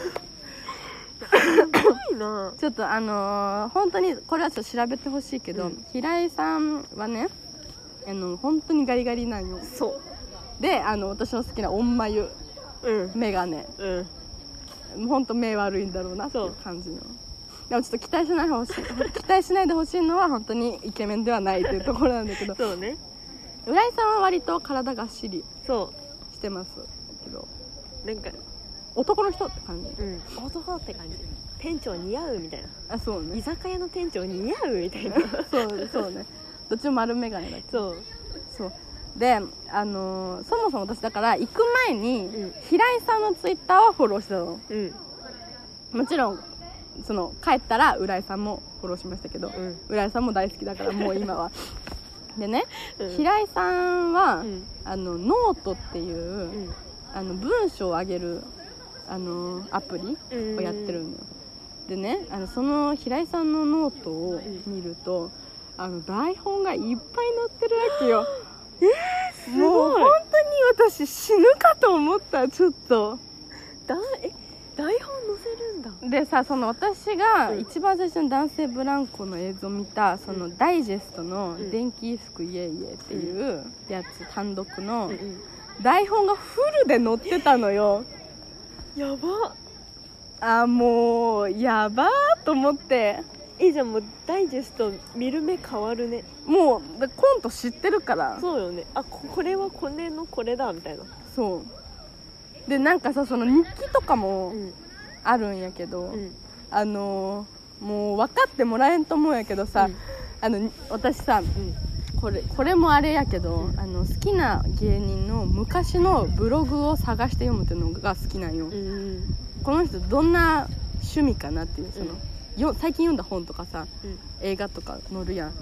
すごいな。 ちょっとあのー、本当にこれはちょっと調べてほしいけど、うん、平井さんはねあの本当にガリガリなんよ。そうであの私の好きな温眉、うん、メガネ、うん、本当目悪いんだろうなっていう感じの。でもちょっと期待しないでほしい期待しないでほしいのは本当にイケメンではないっていうところなんだけどそうね浦井さんは割と体がっしりしてますけどなんか男の人って感じ、 うん、男って感じ。店長似合うみたいな。 あそうね。 居酒屋の店長似合うみたいな。 そうそうね。どっちも丸眼鏡だけど。そうそうであのー、そもそも私だから行く前に、うん、平井さんのツイッターはフォローしてたの、うん、もちろんその帰ったら浦井さんもフォローしましたけど、うん、浦井さんも大好きだからもう今はでね、うん、平井さんは、うん、あのノートっていう、うん、あの文章を上げるあのアプリをやってるんだよ。でねあのその平井さんのノートを見ると、うん、あの台本がいっぱい載ってるわけよ。えー、すごい。もう本当に私死ぬかと思った。ちょっとだえ台本載せるんだ。 でさその私が一番最初に男性ブランコの映像を見たそのダイジェストの「電気衣服イエイエ」っていうやつ単独の台本がフルで載ってたのよ。 やばあもうやばーと思って。 えじゃあもうダイジェスト見る目変わるね。 もうコント知ってるから。 そうよね。あ こ, これはこれのこれだみたいな。 そうでなんかさその日記とかもあるんやけど、うん、あのー、もう分かってもらえんと思うんやけどさ、うん、あの私さ、うん、これこれもあれやけど、うん、あの好きな芸人の昔のブログを探して読むっていうのが好きなんよ、うん、この人どんな趣味かなっていうその、うん、よ最近読んだ本とかさ、うん、映画とか載るやん、うん、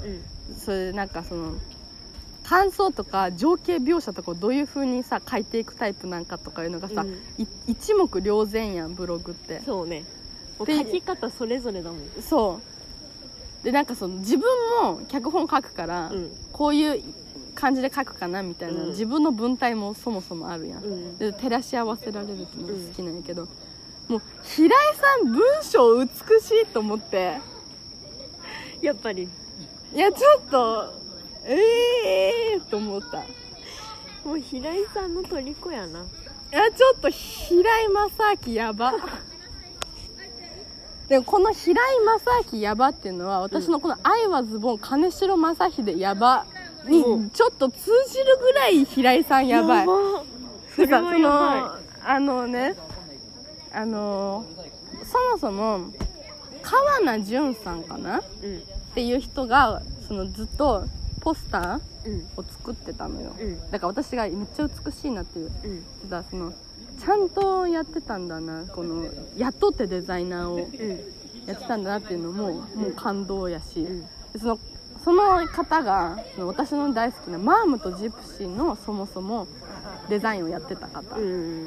それでなんかその感想とか情景描写とかをどういう風にさ書いていくタイプなんかとかいうのがさ、うん、一目瞭然やんブログって。 そうねもう書き方それぞれだもん。 そうでなんかその自分も脚本書くから、うん、こういう感じで書くかなみたいな、うん、自分の文体もそもそもあるやん、うん、で照らし合わせられるっていうのが好きなんやけど、うん、もう平井さん文章美しいと思ってやっぱりいやちょっとええーと思った。 もう平井さんの虜やな。 いやちょっと平井正明やばでもこの平井正明やばっていうのは、私のこの愛はズボン金城正秀やばにちょっと通じるぐらい平井さんやばい。 やばそれはやばい。 あのね、あのそもそも川名淳さんかな、うん、っていう人がそのずっとポスターを作ってたのよ、うん、だから私がめっちゃ美しいなっていう、うん、だそのちゃんとやってたんだな、この雇ってデザイナーをやってたんだなっていうのももう感動やし、うん、そのその方が私の大好きなマームとジプシーのそもそもデザインをやってた方、うん、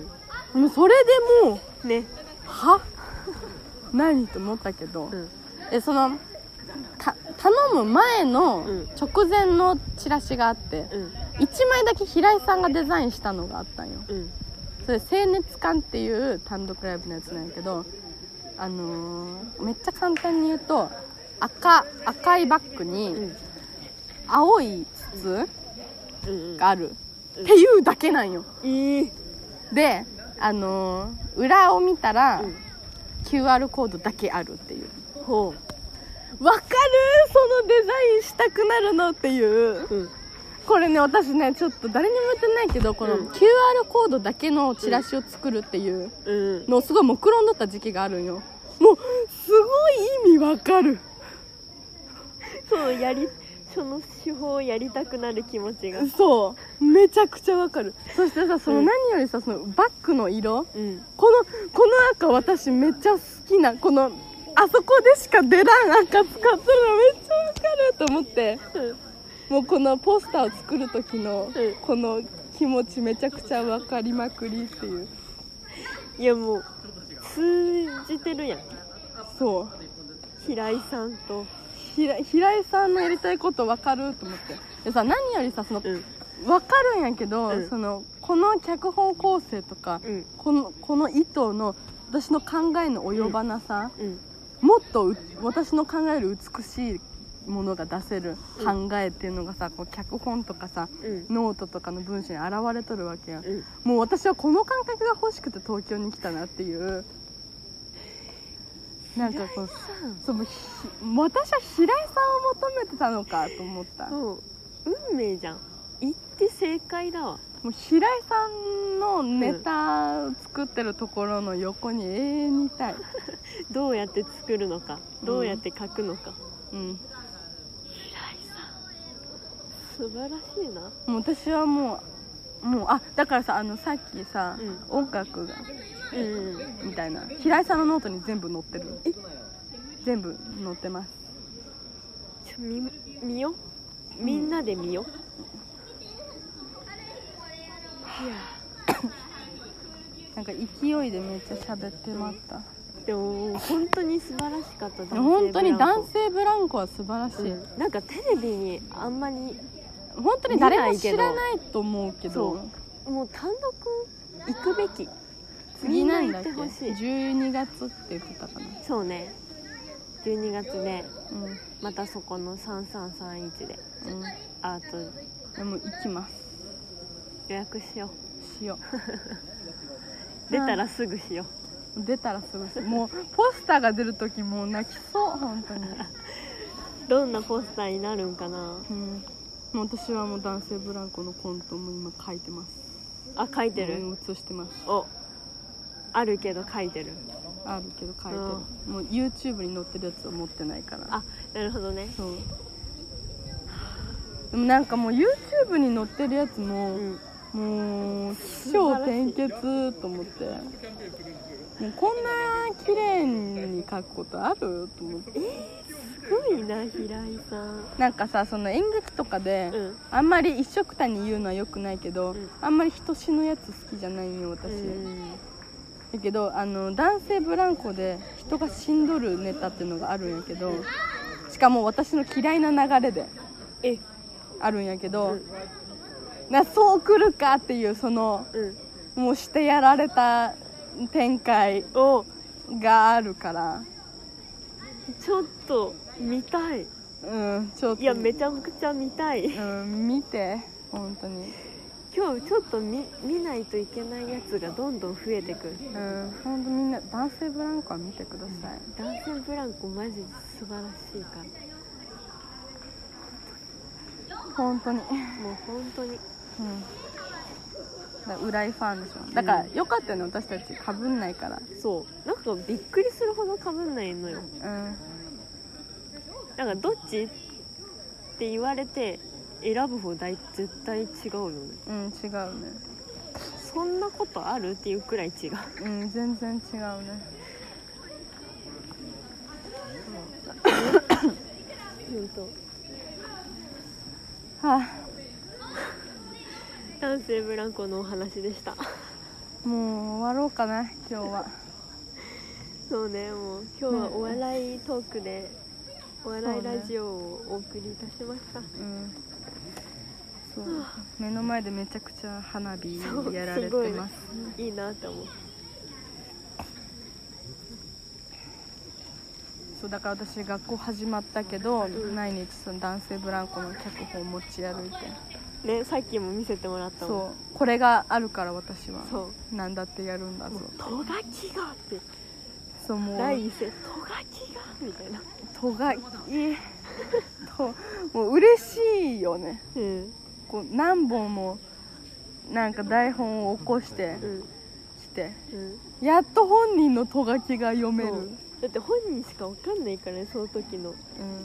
もうそれでもうねは何と思ったけど、うん、えそのた頼む前の直前のチラシがあって、うん、いちまいだけ平井さんがデザインしたのがあったんよ、うん、それ青熱館っていう単独ライブのやつなんやけど、あのー、めっちゃ簡単に言うと 赤, 赤いバッグに青い筒があるっていうだけなんよ、うん、で、あのー、裏を見たら、うん、キューアール コードだけあるっていう。ほう、わかるそのデザインしたくなるのっていう、うん、これね私ねちょっと誰にも言ってないけどこの キューアール コードだけのチラシを作るっていうのをすごい目論んだった時期があるんよ。もうすごい意味わかる。 そうやりその手法をやりたくなる気持ちがそうめちゃくちゃわかる。そしてさその何よりさそのバッグの色、うん、このこの赤私めっちゃ好きなこのあそこでしか出らん赤使ってるのめっちゃわかると思って、うん、もうこのポスターを作る時のこの気持ちめちゃくちゃわかりまくりっていう。 いやもう通じてるやん。 そう平井さんと平, 平井さんのやりたいことわかると思って。でさ何よりさその、うん、わかるんやけど、うん、そのこの脚本構成とか、うん、このこの意図の私の考えの及ばなさ、うん、もっと私の考える美しいものが出せる考えっていうのがさ、こう脚本とかさ、うん、ノートとかの文章に現れとるわけや、うん、もう私はこの感覚が欲しくて東京に来たなっていう。なんかこうそう私は平井さんを求めてたのかと思った。 そう運命じゃん。行って正解だわ。 もう平井さんのネタ作ってるところの横に永遠にいたい、 うん、どうやって作るのかどうやって書くのか、うん、うん、平井さん素晴らしいな。 もう私はもうもうあだからさあのさっきさ、うん、音楽がうんうん、みたいな平井さんのノートに全部載ってる。え全部載ってます。 ちょ 見, 見よみんなで見よ、うん、いやなんか勢いでめっちゃ喋ってました、 うん、でも本当に素晴らしかった。 本当に男性ブランコは素晴らしい、 うん、なんかテレビにあんまり本当に誰も知らないと思うけどもう単独行くべき。 次なんだっけじゅうにがつって言ってたかな。 そうねじゅうにがつで、うん、またそこのさんさんさんいちで、うん、アートでも行きます。 予約しようしよう出たらすぐしよう出たらすぐしようもうポスターが出る時もう泣きそう本当にどんなポスターになるんかな、 うん、もう私はもう男性ブランコのコントも今書いてます。 あ書いてる、 うん、写してます。 おあるけど書いてるあるけど書いてる、うん、もう YouTube に載ってるやつを持ってないから。 あなるほどね。 そうでもなんかもう YouTube に載ってるやつも、うん、もう起承転結と思ってもうこんな綺麗に書くことあると思って。 えー、すごいな平井さん。 なんかさその演劇とかで、うん、あんまり一緒くたに言うのは良くないけど、うん、あんまり人死ぬやつ好きじゃないんよ私、うんだけどあの男性ブランコで人が死んどるネタっていうのがあるんやけど、しかも私の嫌いな流れでえあるんやけど、うん、なそう来るかっていうその、うん、もうしてやられた展開があるからちょっと見たい。 うんちょっといやめちゃくちゃ見たい。 うん見て本当に今日ちょっと 見, 見ないといけないやつがどんどん増えてくる。 うん、ほんとみんな男性ブランコは見てください。 男性ブランコマジ素晴らしいから、 本当にもう本当に、うん、 だから浦井ファンでしょ。だからよかったよね、私たちかぶんないから。 そうなんかびっくりするほどかぶんないのよ。 うん、 なんかどっちって言われて選ぶ方絶対違うよね。 うん、違うね。 そんなことあるっていうくらい違う。 うん、全然違うね。 本当。 はあ、 男性ブランコのお話でした。 もう終わろうかな今日は。 そうね、もう今日はお笑いトークで、お笑いラジオをお送りいたしました。う、ね、うん、 そう、目の前でめちゃくちゃ花火やられてます。 すいいなって思う。 そうだから私学校始まったけど、うん、毎日その男性ブランコの脚本を持ち歩いてね、さっきも見せてもらったもん。 そうこれがあるから私はそうなんだってやるんだぞ。 トガキがってそうもう第一声トガキがみたいな。 トガキともう嬉しいよね、うん、こう何本もなんか台本を起こしてきて、うんうん、やっと本人のトガキが読める。 だって本人しか分かんないからね、その時の、うん、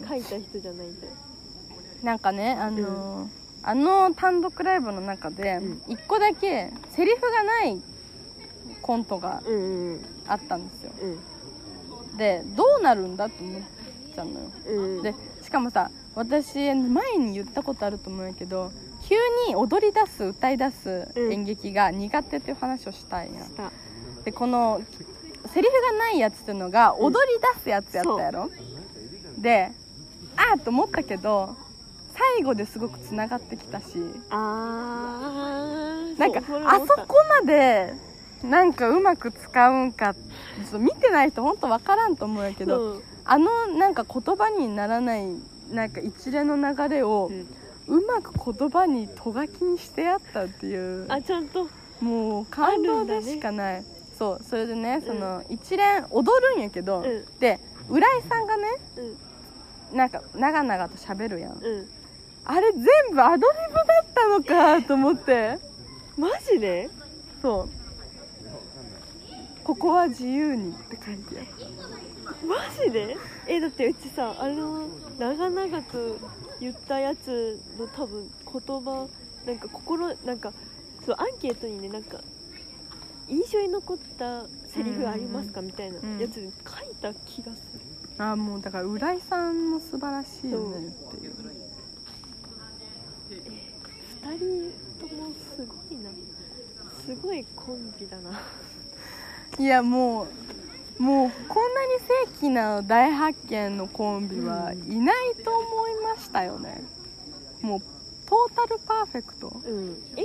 書いた人じゃないと。 なんかねあのーうん、あの単独ライブの中でいっこだけセリフがないコントがあったんですよ、うん、でどうなるんだって思っちゃうのよ、うん、でしかもさ私前に言ったことあると思うんやけど急に踊り出す歌い出す演劇が苦手っていう話をしたいや、うん、でこのセリフがないやつっていうのが踊り出すやつやったやろ、うん、であーと思ったけど最後ですごくつながってきたし、 あーなんかあそこまでなんかうまく使うんかちょっと見てない人ほんと分からんと思うんやけど、うん、あのなんか言葉にならないなんか一連の流れを、うん、うまく言葉にとがきにしてやったっていう、 あちゃんともう感動でしかない、ね、そうそれでね、うん、その一連踊るんやけど、うん、で浦井さんがね、うん、なんか長々と喋るやん、うん、あれ全部アドリブだったのかと思って。 マジで？ そうここは自由にって感じや。 マジで？えだってうちさあの長々と言ったやつの多分言葉なんか心なんかそうアンケートにねなんか印象に残ったセリフありますかみたいなやつに書いた気がする、 うん、あもうだから浦井さんも素晴らしいよねっていう。 ふたりともすごいな、すごいコンビだな。 いやもうもうこんなに世紀な大発見のコンビはいないと思いましたよね、うん、もうトータルパーフェクト、うん、 え普通に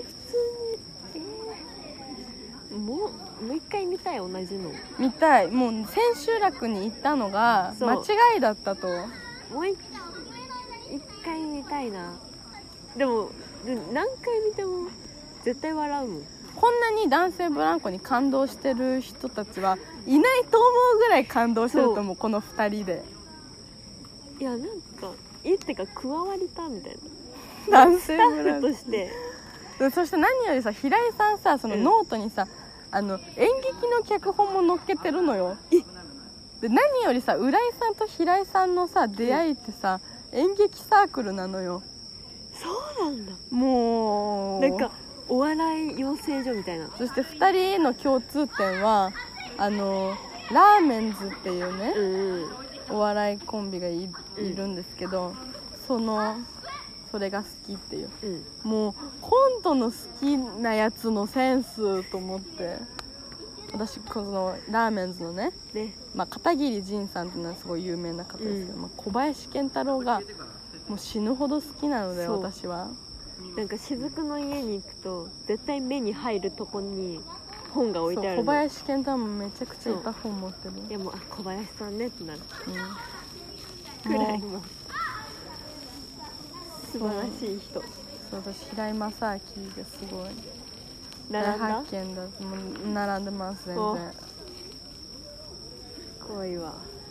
えー、もうもう一回見たい。同じの見たい。もう千秋楽に行ったのが間違いだったと。 もう一回見たいな。でも何回見ても絶対笑うもん。 こんなに男性ブランコに感動してる人たちはいないと思うぐらい感動してると思う、このふたりで。 いやなんかえってか加わりたみたいな男性ブランコとしてそして何よりさ平井さんさそのノートにさ、うん、あの演劇の脚本も載っけてるのよ。で何よりさ浦井さんと平井さんのさ出会いってさ、うん、演劇サークルなのよ。 そうなんだ。 もうなんかお笑い養成所みたいな。 そしてふたりの共通点はあのラーメンズっていうね、うん、お笑いコンビが い, いるんですけど、うん、そのそれが好きっていう、うん、もうコントの好きなやつのセンスと思って、私このラーメンズの ね, ね、まあ、片桐仁さんっていうのはすごい有名な方ですけど、うん、まあ、小林賢太郎がもう死ぬほど好きなので私は。 なんか雫の家に行くと絶対目に入るとこに本が置いてあるの。 小林健太もめちゃくちゃいっぱい本持ってる。 いやもうあ小林さんねってなる、うん、くらいも素晴らしい人。 そう私平井正明がすごい並んだ発見だ。もう並んでます全然。 怖いわ。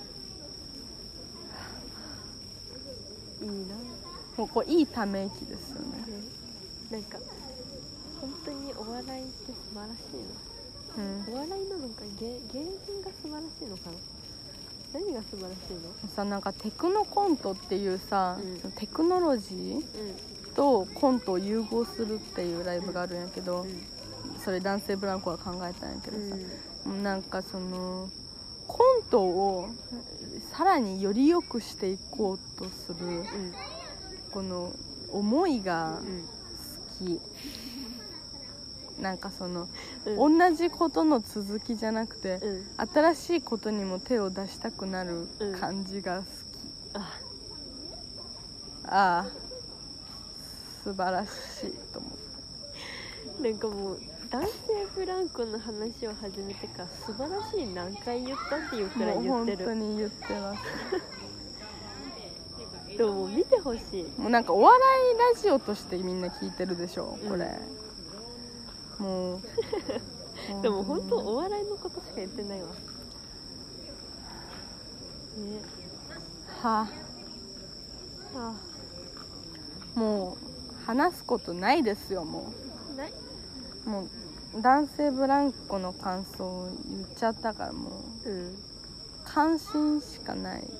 いいな。 もうこれいいため息ですよね。 なんか本当にお笑いって素晴らしいな、うん、お笑いなのか 芸, 芸人が素晴らしいのかな。何が素晴らしいのさ、なんかテクノコントっていうさ、うん、そのテクノロジー、うん、とコントを融合するっていうライブがあるんやけど、うん、それ男性ブランコが考えたんやけどさ、うん、なんかそのコントをさらにより良くしていこうとする、うん、この思いが好き、うん、なんかその、うん、同じことの続きじゃなくて、うん、新しいことにも手を出したくなる感じが好き、うん、ああ素晴らしいと思う。 なんかもう男性ブランコの話を始めてから素晴らしい何回言ったっていうくらい言ってる。もう本当に言ってますでももう見てほしい。 もうなんかお笑いラジオとしてみんな聞いてるでしょこれ、うん、もうでも本当お笑いのことしか言ってないわ、ね、 はあ、はあ、もう話すことないですよ。もうない。もう男性ブランコの感想を言っちゃったからもう、うん、感心しかない。は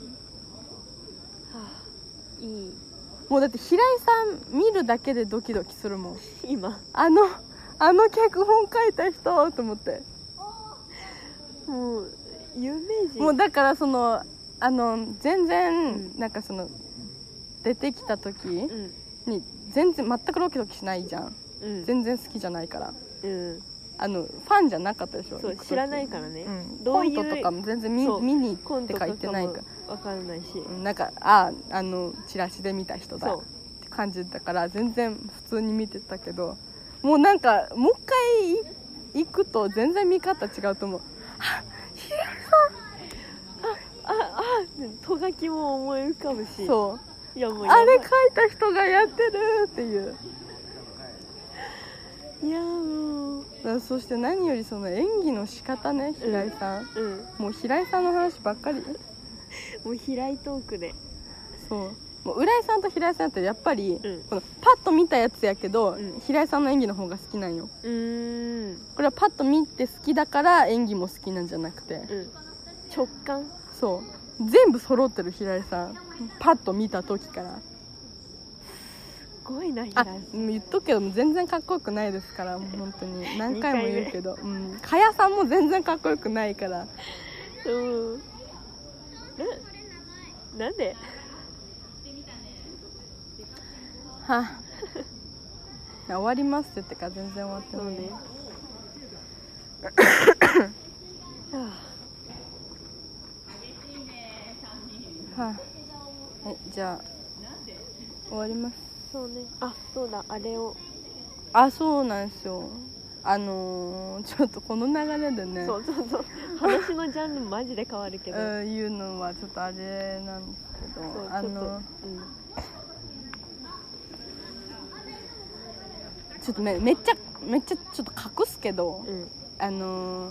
あ、いい。 もうだって平井さん見るだけでドキドキするもん今。 あのあの脚本書いた人と思って、 もう有名人。 もうだからそのあの全然、うん、なんかその出てきた時に全然全くドキドキしないじゃん、うん、全然好きじゃないから、うん、あのファンじゃなかったでしょ。 そう知らないからね、うん、 どういうコントとかも全然 見, 見に行ってか言ってないから分かんないし、 なんかああのチラシで見た人だって感じだから全然普通に見てたけど、もうなんかもう一回行くと全然見方違うと思う。あ、平井さん、あああとがきも思い浮かぶし、 そう、 いやもうあれ書いた人がやってるっていう。 いやもうそして何よりその演技の仕方ね、平井さん、うんうん、もう平井さんの話ばっかりもう平井トークで、 そうもう浦井さんと平井さんってやっぱり、うん、このパッと見たやつやけど、うん、平井さんの演技の方が好きなんよ。うーん、これはパッと見て好きだから演技も好きなんじゃなくて、うん、 直感。 そう全部揃ってる平井さん、パッと見た時から。 すごいな平井さん。 あ、言っとくけど全然かっこよくないですからもう本当に何回も言うけど、うん、かやさんも全然かっこよくないから。 うんな、なんではあ、終わりますって言ってから全然終わってない。そうねはあ、はい、じゃあ終わります。 そうね。あ、そうだ、あれを。 あ、そうなんですよ。あのー、ちょっとこの流れでね、 そうそうそう、話のジャンルマジで変わるけど言うのはちょっとあれなんですけど、あのー、ちょっとね、めっちゃめっちゃちょっと隠すけど、うん、あのー、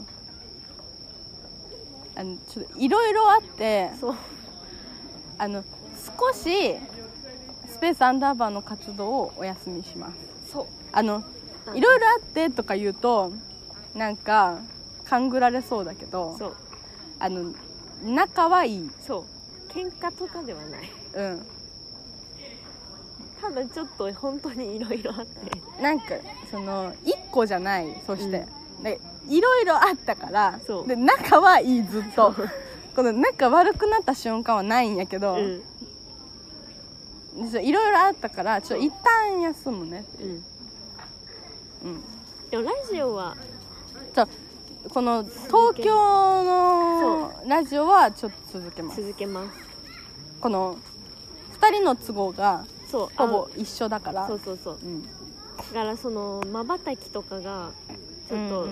あのちょっといろいろあって、そうあの少しスペースアンダーバーの活動をお休みします。そうあのいろいろあってとか言うとなんか勘ぐられそうだけど、そうあの仲はいい。 そう喧嘩とかではない。 うん。 ただちょっと本当にいろいろあってなんかその一個じゃない。そしていろいろあったからそうで仲はいいずっとこの仲悪くなった瞬間はないんやけど、いろいろあったからちょっと一旦休むねっていう。うん、 でもラジオはじゃこの東京のラジオはちょっと続けます続けます。 このふたりの都合がほぼ一緒だから。 そうそうそう、うん、だからそのまばたきとかがちょっと、うんうんうん、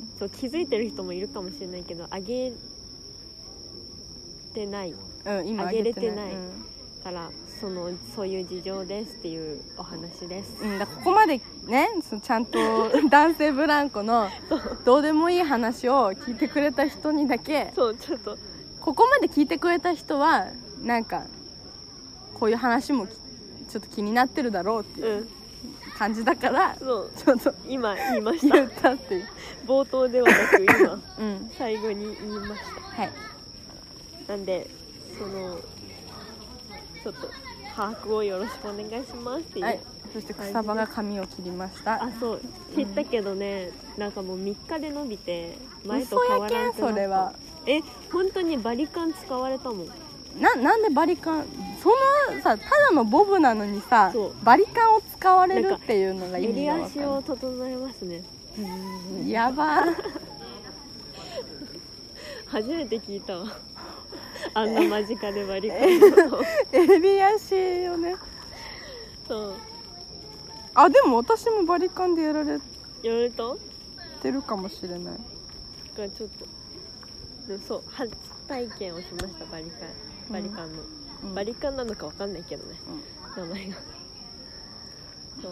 そう気づいてる人もいるかもしれないけど上げてない、うん、今上げれてない、うん、からそのそういう事情ですっていうお話です、 うん、だここまでねそのちゃんと男性ブランコのどうでもいい話を聞いてくれた人にだけそうちょっとここまで聞いてくれた人はなんかこういう話もちょっと気になってるだろうっていう感じだから、うん、そうちょっと今言いました言ったっていう冒頭ではなく今、うん、最後に言いました。 はい。 なんでそのちょっと把握をよろしくお願いしますっていう、はい、 そして草場が髪を切りました。 あ、そう切ったけどね、うん、なんかもうみっかで伸びて前と変わらなくなった。 それはえ本当にバリカン使われたもん。 な, なんでバリカンそのさただのボブなのにさバリカンを使われるっていうのが意味が分かんない。 襟足を整えますね。 やば初めて聞いたわあんな間近でバリカンの襟足をね。 そうあでも私もバリカンでやられやられたてるかもしれない。 がちょっとでもそう初体験をしましたバリカンバリカンの、うん、バリカンなのかわかんないけどね、うん、名前がそう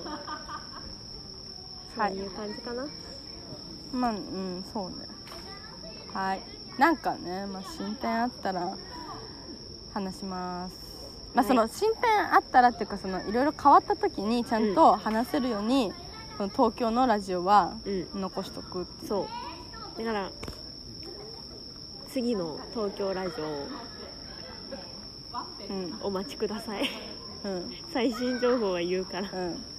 そういう感じかな、はい、 まあうんそうね。はいなんかね、まあ、進展あったら話します。まあその進展あったらっていうかそのいろいろ変わった時にちゃんと話せるように、うん、その東京のラジオは残しとくっていう、うん、 そうだから次の東京ラジオを、うん、お待ちください、うん、最新情報は言うから、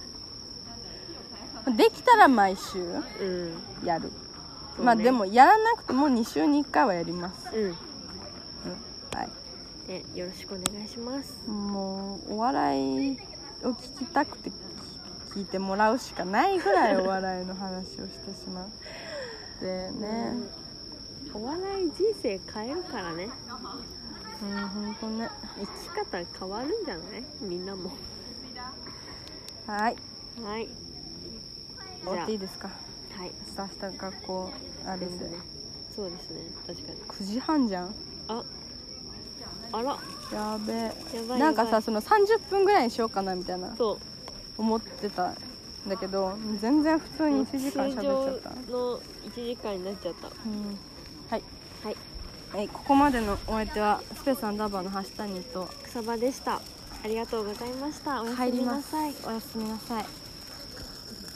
うん、できたら毎週やる、うん、まあでもやらなくてもに週にいっかいはやります。うん、うん、はいでよろしくお願いします。 もうお笑いを聞きたくて聞いてもらうしかないぐらいお笑いの話をしてしまうでね、 うん、お笑い人生変えるからね。 うんほんとね生き方変わるんじゃないみんなも。 はいはい終わっていいですか。 はい。 明日学校あるんで、ね、 そうですね確かにくじはんじゃん。 ああらやべえ。 やばいなんかさそのさんじゅっぷんぐらいにしようかなみたいなそう思ってたんだけど全然普通にいちじかん喋っちゃった。 通常のいちじかんになっちゃった、うん、 はいはいはい、ここまでのお相手はスペースアンダーバーの橋谷と草場でした。ありがとうございました。おやすみなさい。 おやすみなさい。